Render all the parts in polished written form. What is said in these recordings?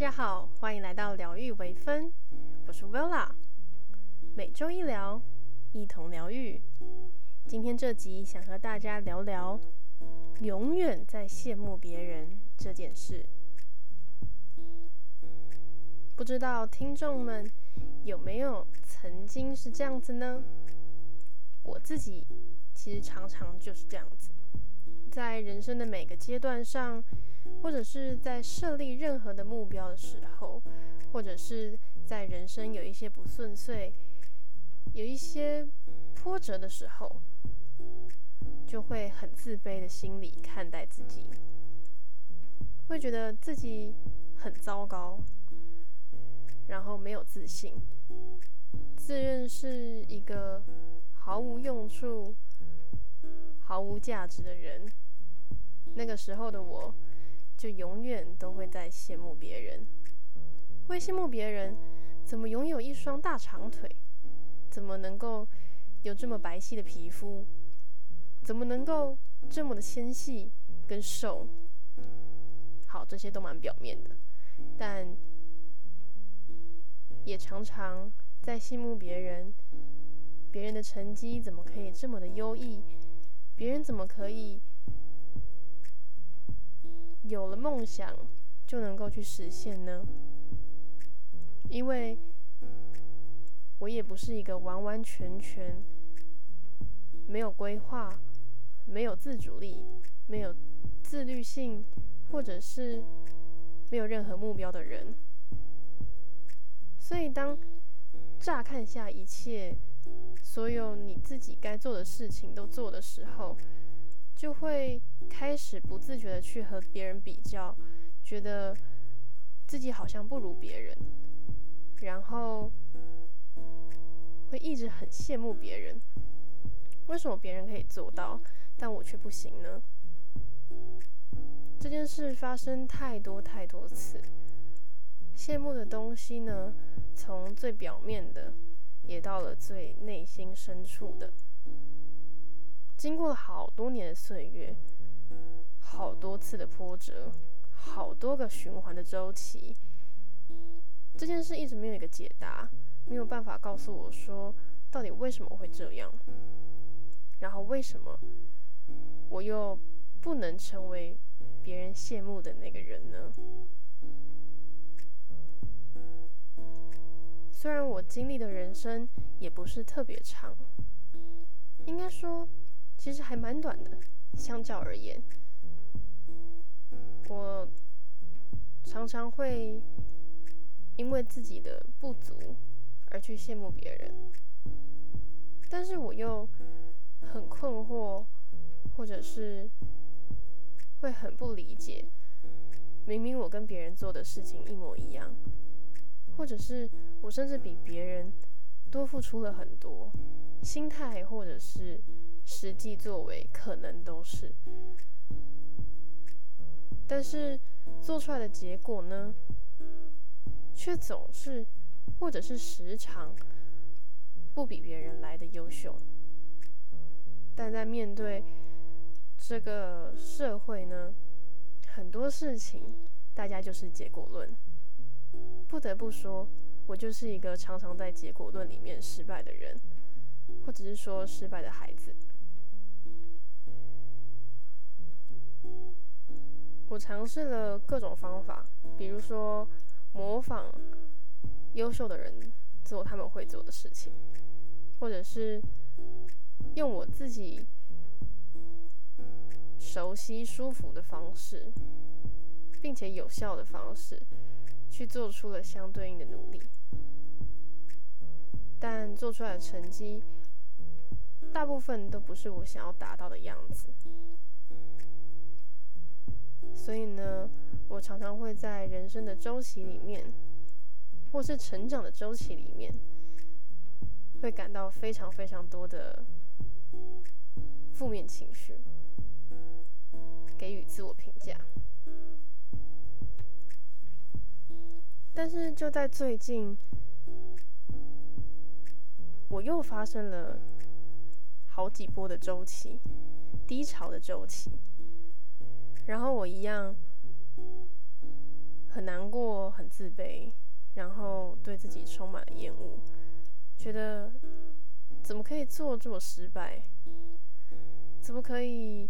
家好，欢迎来到疗愈微分，我是 Villa， 每周一聊，一同疗愈。今天这集想和大家聊聊永远在羡慕别人这件事。不知道听众们有没有曾经是这样子呢？我自己其实常常就是这样子，在人生的每个阶段上，或者是在设立任何的目标的时候，或者是在人生有一些不顺遂、有一些波折的时候，就会很自卑的心理看待自己，会觉得自己很糟糕，然后没有自信，自认是一个毫无用处、毫无价值的人。那个时候的我就永远都会在羡慕别人，会羡慕别人怎么拥有一双大长腿，怎么能够有这么白皙的皮肤，怎么能够这么的纤细跟瘦。好，这些都蛮表面的，但也常常在羡慕别人的成绩怎么可以这么的优异，别人怎么可以有了梦想就能够去实现呢？因为我也不是一个完完全全没有规划、没有自主力、没有自律性，或者是没有任何目标的人。所以当乍看下一切所有你自己该做的事情都做的时候，就会开始不自觉的去和别人比较，觉得自己好像不如别人，然后会一直很羡慕别人。为什么别人可以做到，但我却不行呢？这件事发生太多次，羡慕的东西呢，从最表面的也到了最内心深处的。经过了好多年的岁月，好多次的波折，好多个循环的周期，这件事一直没有一个解答，没有办法告诉我说到底为什么会这样，然后为什么我又不能成为别人羡慕的那个人呢？虽然我经历的人生也不是特别长，应该说其实还蛮短的，相较而言，我常常会因为自己的不足而去羡慕别人，但是我又很困惑，或者是会很不理解，明明我跟别人做的事情一模一样，或者是我甚至比别人多付出了很多，心态或者是实际作为可能都是，但是做出来的结果呢，却总是或者是时常不比别人来的优秀。但在面对这个社会呢，很多事情大家就是结果论。不得不说，我就是一个常常在结果论里面失败的人，或者是说失败的孩子。我尝试了各种方法，比如说模仿优秀的人做他们会做的事情，或者是用我自己熟悉舒服的方式，并且有效的方式去做出了相对应的努力，但做出来的成绩大部分都不是我想要达到的样子。所以呢，我常常会在人生的周期里面，或是成长的周期里面，会感到非常多的负面情绪，给予自我评价。但是就在最近，我又发生了好几波的周期，低潮的周期，然后我一样很难过、很自卑，然后对自己充满了厌恶，觉得怎么可以做这么失败？怎么可以，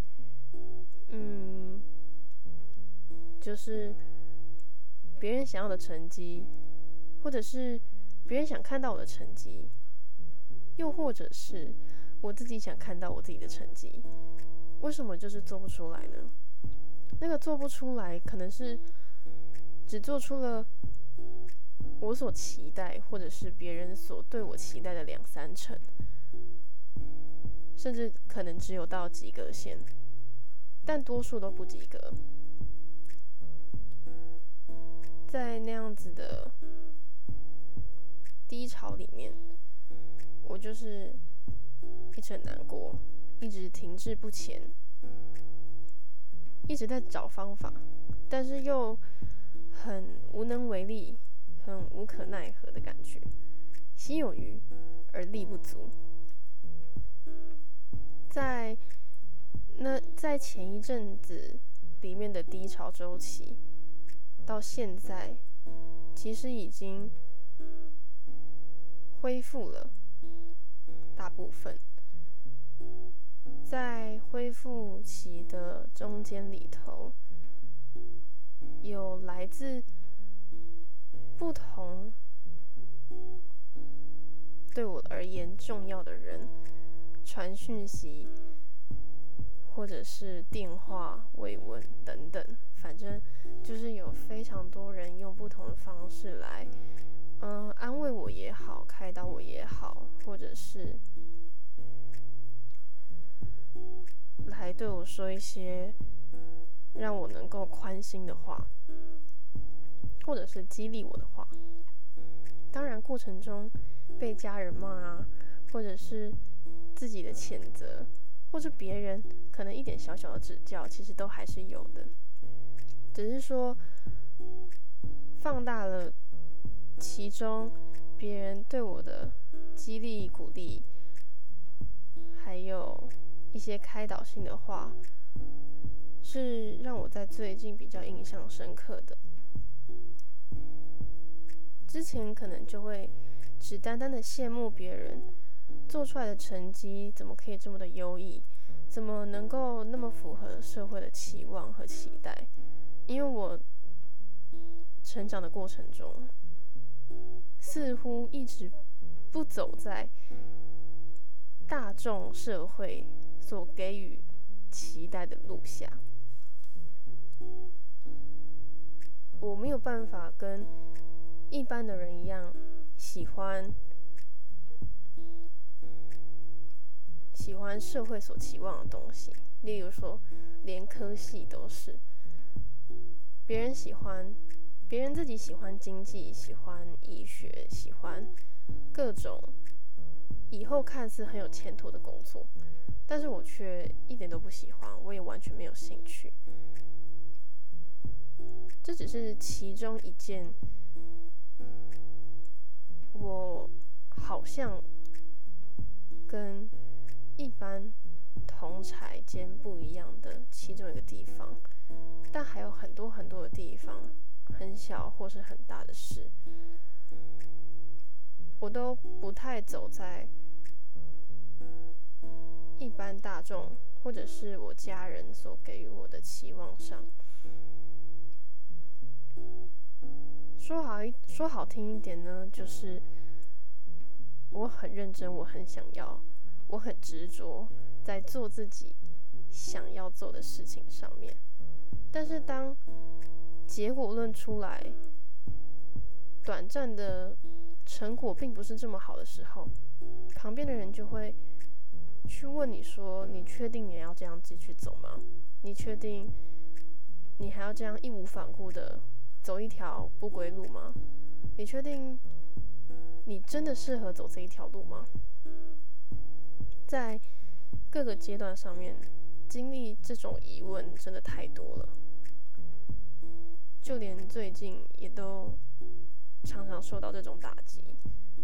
就是别人想要的成绩，或者是别人想看到我的成绩，又或者是我自己想看到我自己的成绩，为什么就是做不出来呢？那个做不出来，可能是只做出了我所期待，或者是别人所对我期待的2-3成，甚至可能只有到及格线，但多数都不及格。在那样子的低潮里面，我就是一直很难过，一直停滞不前，一直在找方法，但是又很无能为力，很无可奈何的感觉，心有余而力不足。在前一阵子里面的低潮周期，到现在其实已经恢复了大部分。在恢复期的中间里头，有来自不同对我而言重要的人传讯息，或者是电话慰问等等，反正就是有非常多人用不同的方式来安慰我也好，开导我也好，或者是来对我说一些让我能够宽心的话，或者是激励我的话。当然过程中被家人骂啊，或者是自己的谴责，或是别人可能一点小小的指教，其实都还是有的，只是说放大了其中别人对我的激励鼓励，还有一些开导性的话，是让我在最近比较印象深刻的。之前可能就会只单单的羡慕别人做出来的成绩怎么可以这么的优异，怎么能够那么符合社会的期望和期待。因为我成长的过程中，似乎一直不走在大众社会所给予期待的路下，我没有办法跟一般的人一样喜欢社会所期望的东西，例如说连科系都是别人自己喜欢经济，喜欢医学，喜欢各种以后看似很有前途的工作，但是我却一点都不喜欢，我也完全没有兴趣。这只是其中一件我好像跟一般同侪间不一样的其中一个地方，但还有很多很多的地方，很小或是很大的事，我都不太走在一般大众或者是我家人所给予我的期望上。说好听一点呢，就是我很认真，我很想要，我很执着在做自己想要做的事情上面。但是当结果论出来，短暂的成果并不是这么好的时候，旁边的人就会去问你说，你确定你要这样继续走吗？你确定你还要这样义无反顾的走一条不归路吗？你确定你真的适合走这一条路吗？在各个阶段上面经历这种疑问真的太多了，就连最近也都常常受到这种打击，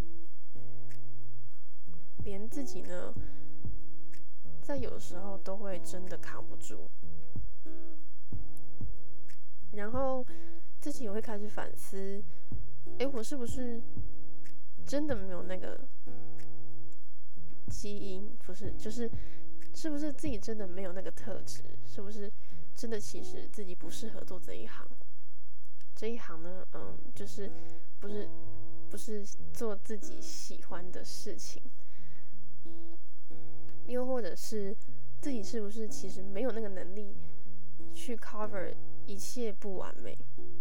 连自己呢在有的时候都会真的扛不住，然后自自己也会开始反思，我是不是真的没有那个基因？不是，是不是自己真的没有那个特质？是不是真的其实自己不适合做这一行？这一行呢，就是不是做自己喜欢的事情，又或者是自己是不是其实没有那个能力去 cover 一切不完美？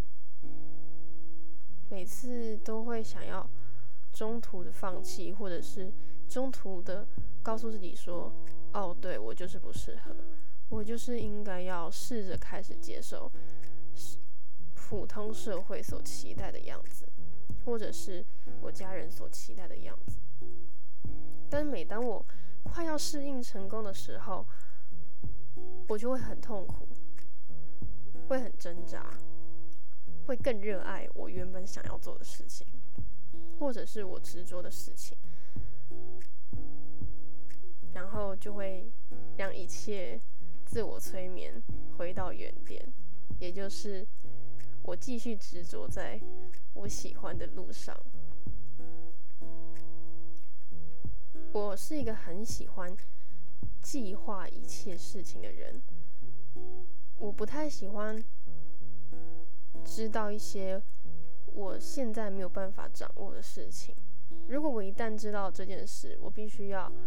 每次都会想要中途的放弃，或者是中途的告诉自己说，对，我就是不适合，我就是应该要试着开始接受普通社会所期待的样子，或者是我家人所期待的样子。但是每当我快要适应成功的时候，我就会很痛苦，会很挣扎，会更热爱我原本想要做的事情，或者是我执着的事情，然后就会让一切自我催眠回到原点，也就是我继续执着在我喜欢的路上。我是一个很喜欢计划一切事情的人，我不太喜欢知道一些我现在没有办法掌握的事情。如果我一旦知道这件事，我必须要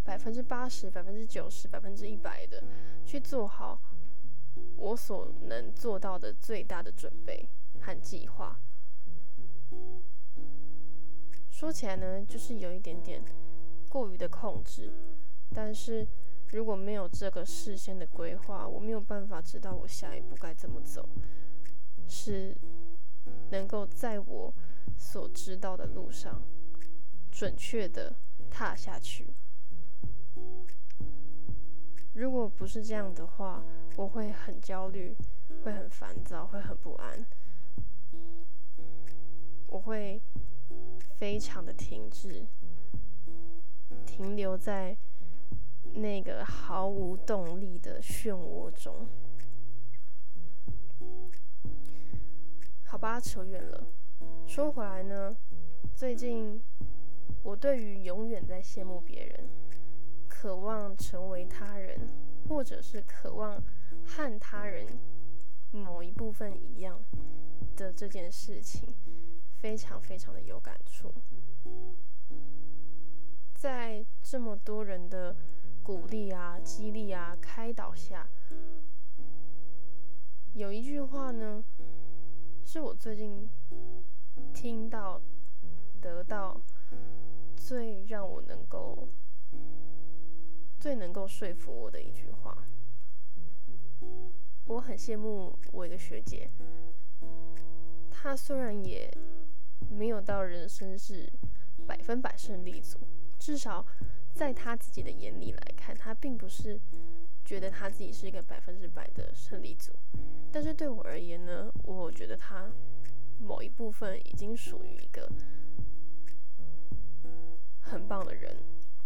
80%、90%、100%的去做好我所能做到的最大的准备和计划。说起来呢，就是有一点点过于的控制，但是如果没有这个事先的规划，我没有办法知道我下一步该怎么走，是能够在我所知道的路上准确的踏下去。如果不是这样的话，我会很焦虑，会很烦躁，会很不安，我会非常的停滞，停留在那个毫无动力的漩涡中。好吧，扯远了。说回来呢，最近我对于永远在羡慕别人，渴望成为他人，或者是渴望和他人某一部分一样的这件事情，非常非常的有感触。在这么多人的鼓励啊、激励啊、开导下，有一句话呢，是我最近听到、得到最让我最能够说服我的一句话。我很羡慕我一个学姐，她虽然也没有到人生是100%胜利组，至少在她自己的眼里来看，她并不是觉得她自己是一个100%的胜利组。但是对我而言呢，我觉得她某一部分已经属于一个很棒的人。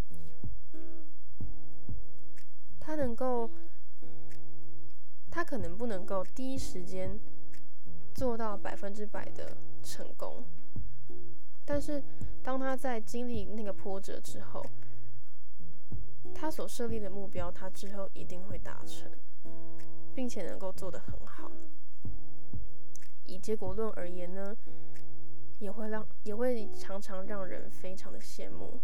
他可能不能够第一时间做到100%的成功，但是当他在经历那个波折之后，他所设立的目标，他之后一定会达成，并且能够做得很好。以结果论而言呢，也会常常让人非常的羡慕，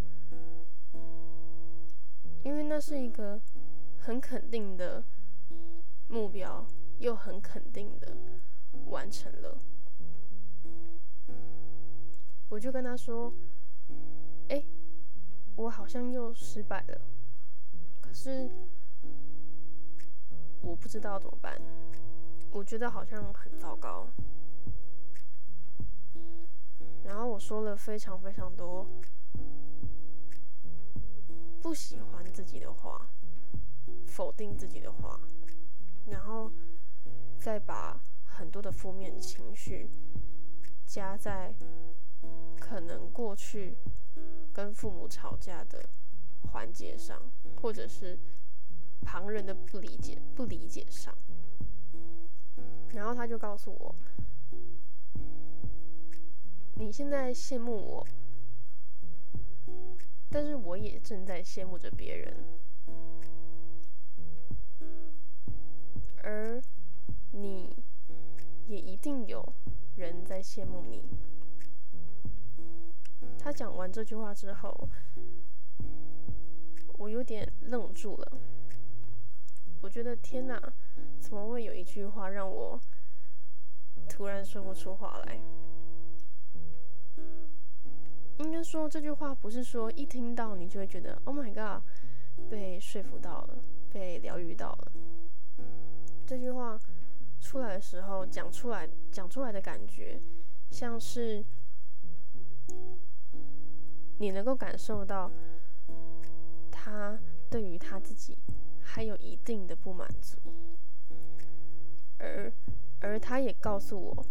因为那是一个很肯定的目标，又很肯定的完成了。我就跟他说，我好像又失败了，可是我不知道怎么办，我觉得好像很糟糕。然后我说了非常非常多不喜欢自己的话，否定自己的话，然后再把很多的负面情绪加在可能过去跟父母吵架的环节上，或者是旁人的不理解上。然后他就告诉我， 你现在羡慕我，但是我也正在羡慕着别人，而你也一定有人在羡慕你。他讲完这句话之后，我有点愣住了。我觉得天哪，怎么会有一句话让我突然说不出话来？应该说这句话不是说一听到你就会觉得 Oh my god， 被说服到了，被疗愈到了。这句话出来的时候，讲出来的感觉，像是你能够感受到他对于他自己还有一定的不满足，而他也告诉我，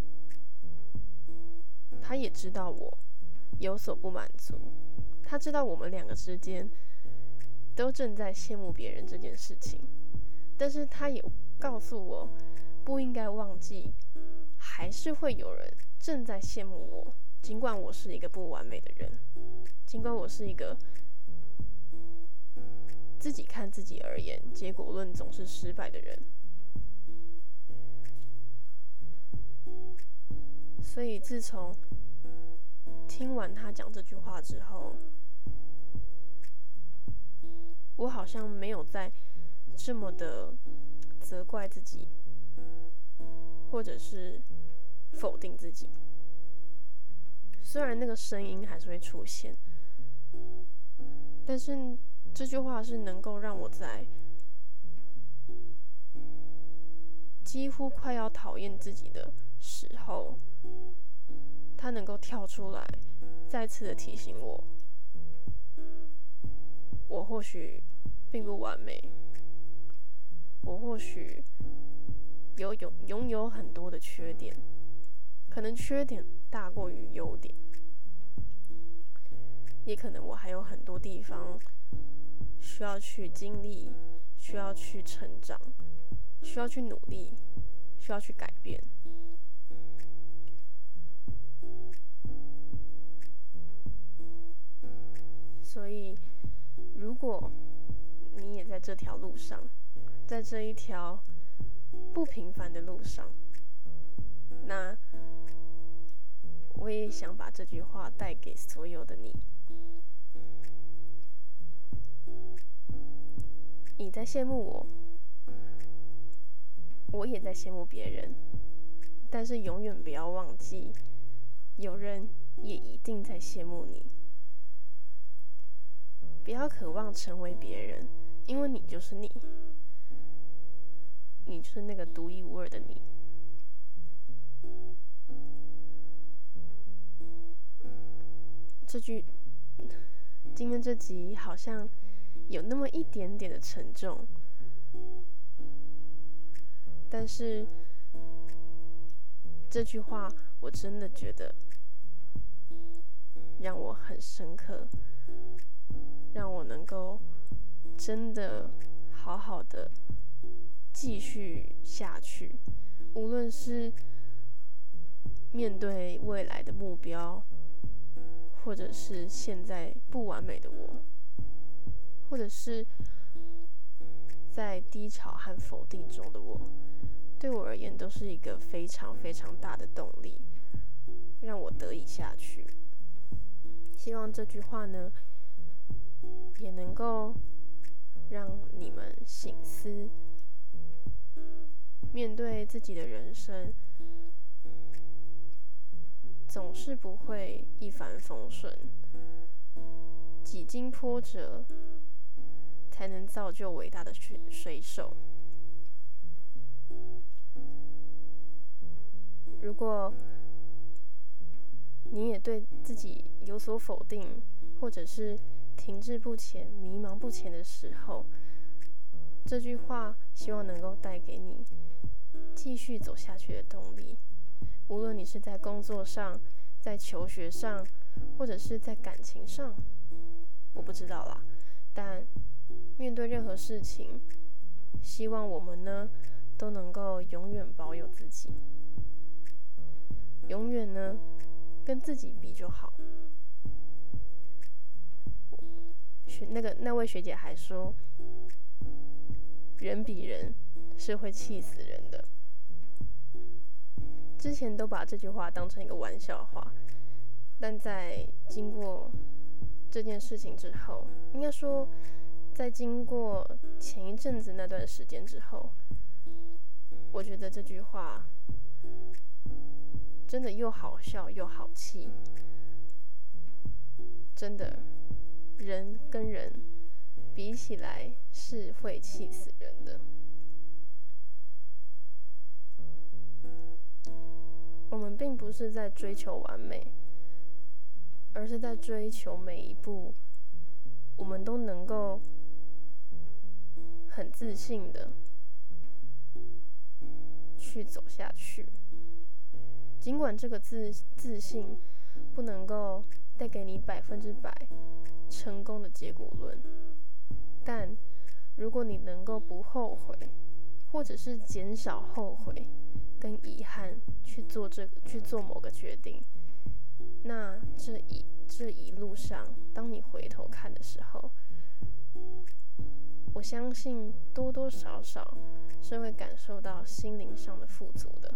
他也知道我有所不满足，他知道我们两个之间都正在羡慕别人这件事情，但是他也告诉我，不应该忘记，还是会有人正在羡慕我，尽管我是一个不完美的人，尽管我是一个自己看自己而言，结果论总是失败的人。所以自从听完他讲这句话之后，我好像没有再这么的责怪自己，或者是否定自己。虽然那个声音还是会出现，但是这句话是能够让我在几乎快要讨厌自己的时候，他能够跳出来再次的提醒我，我或许并不完美，我或许拥有很多的缺点，可能缺点大过于优点，也可能我还有很多地方需要去经历，需要去成长，需要去努力，需要去改变。所以如果你也在这条路上，在这一条不平凡的路上，那我也想把这句话带给所有的你。你在羡慕我，我也在羡慕别人，但是永远不要忘记，有人也一定在羡慕你。不要渴望成为别人，因为你就是你，你就是那个独一无二的你。今天这集好像有那么一点点的沉重，但是这句话我真的觉得让我很深刻，让我能够真的好好的继续下去，无论是面对未来的目标，或者是现在不完美的我，或者是在低潮和否定中的我，对我而言都是一个非常非常大的动力，让我得以下去。希望这句话呢，也能够让你们省思，面对自己的人生，总是不会一帆风顺，几经波折，才能造就伟大的水手。如果你也对自己有所否定，或者是停滞不前、迷茫不前的时候，这句话希望能够带给你继续走下去的动力。无论你是在工作上，在求学上，或者是在感情上，我不知道啦。但面对任何事情，希望我们呢都能够永远保有自己。 永远呢跟自己比就好。那位学姐还说，人比人是会气死人的。之前都把这句话当成一个玩笑话，但在经过这件事情之后，应该说在经过前一阵子那段时间之后，我觉得这句话真的又好笑又好气。真的，人跟人比起来是会气死人的。我们并不是在追求完美，而是在追求每一步我们都能够很自信的去走下去。尽管这个自信不能够带给你100%成功的结果论，但如果你能够不后悔，或者是减少后悔跟遗憾去做某个决定，那这一路上，当你回头看的时候，我相信多多少少是会感受到心灵上的富足的。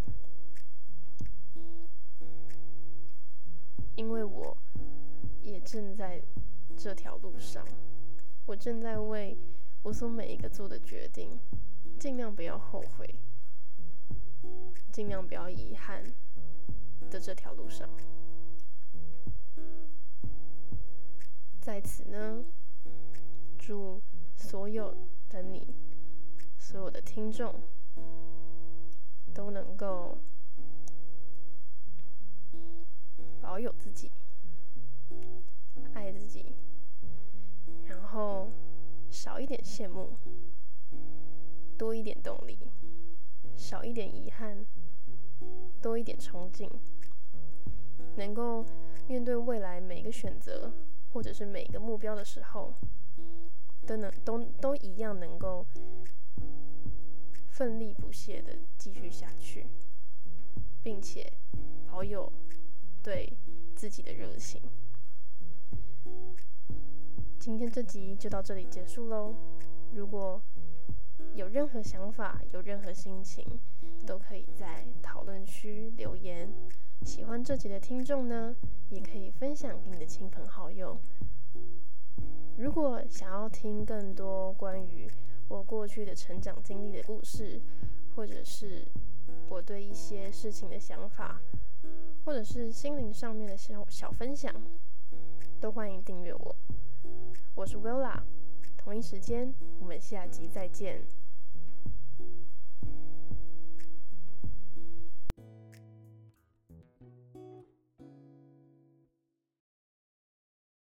因为我也正在这条路上，我正在为我所每一个做的决定，尽量不要后悔，尽量不要遗憾的这条路上。在此呢，祝所有的你，所有的听众都能够保有自己，爱自己，然后少一点羡慕，多一点动力，少一点遗憾，多一点冲劲，能够面对未来每一个选择或者是每一个目标的时候，都一样能够奋力不懈的继续下去，并且保有对自己的热情。今天这集就到这里结束咯。如果有任何想法，有任何心情，都可以在讨论区留言。喜欢这集的听众呢，也可以分享给你的亲朋好友。如果想要听更多关于我过去的成长经历的故事，或者是我对一些事情的想法，或者是心灵上面的小分享，都欢迎订阅我。我是 Willa， 同一时间我们下集再见。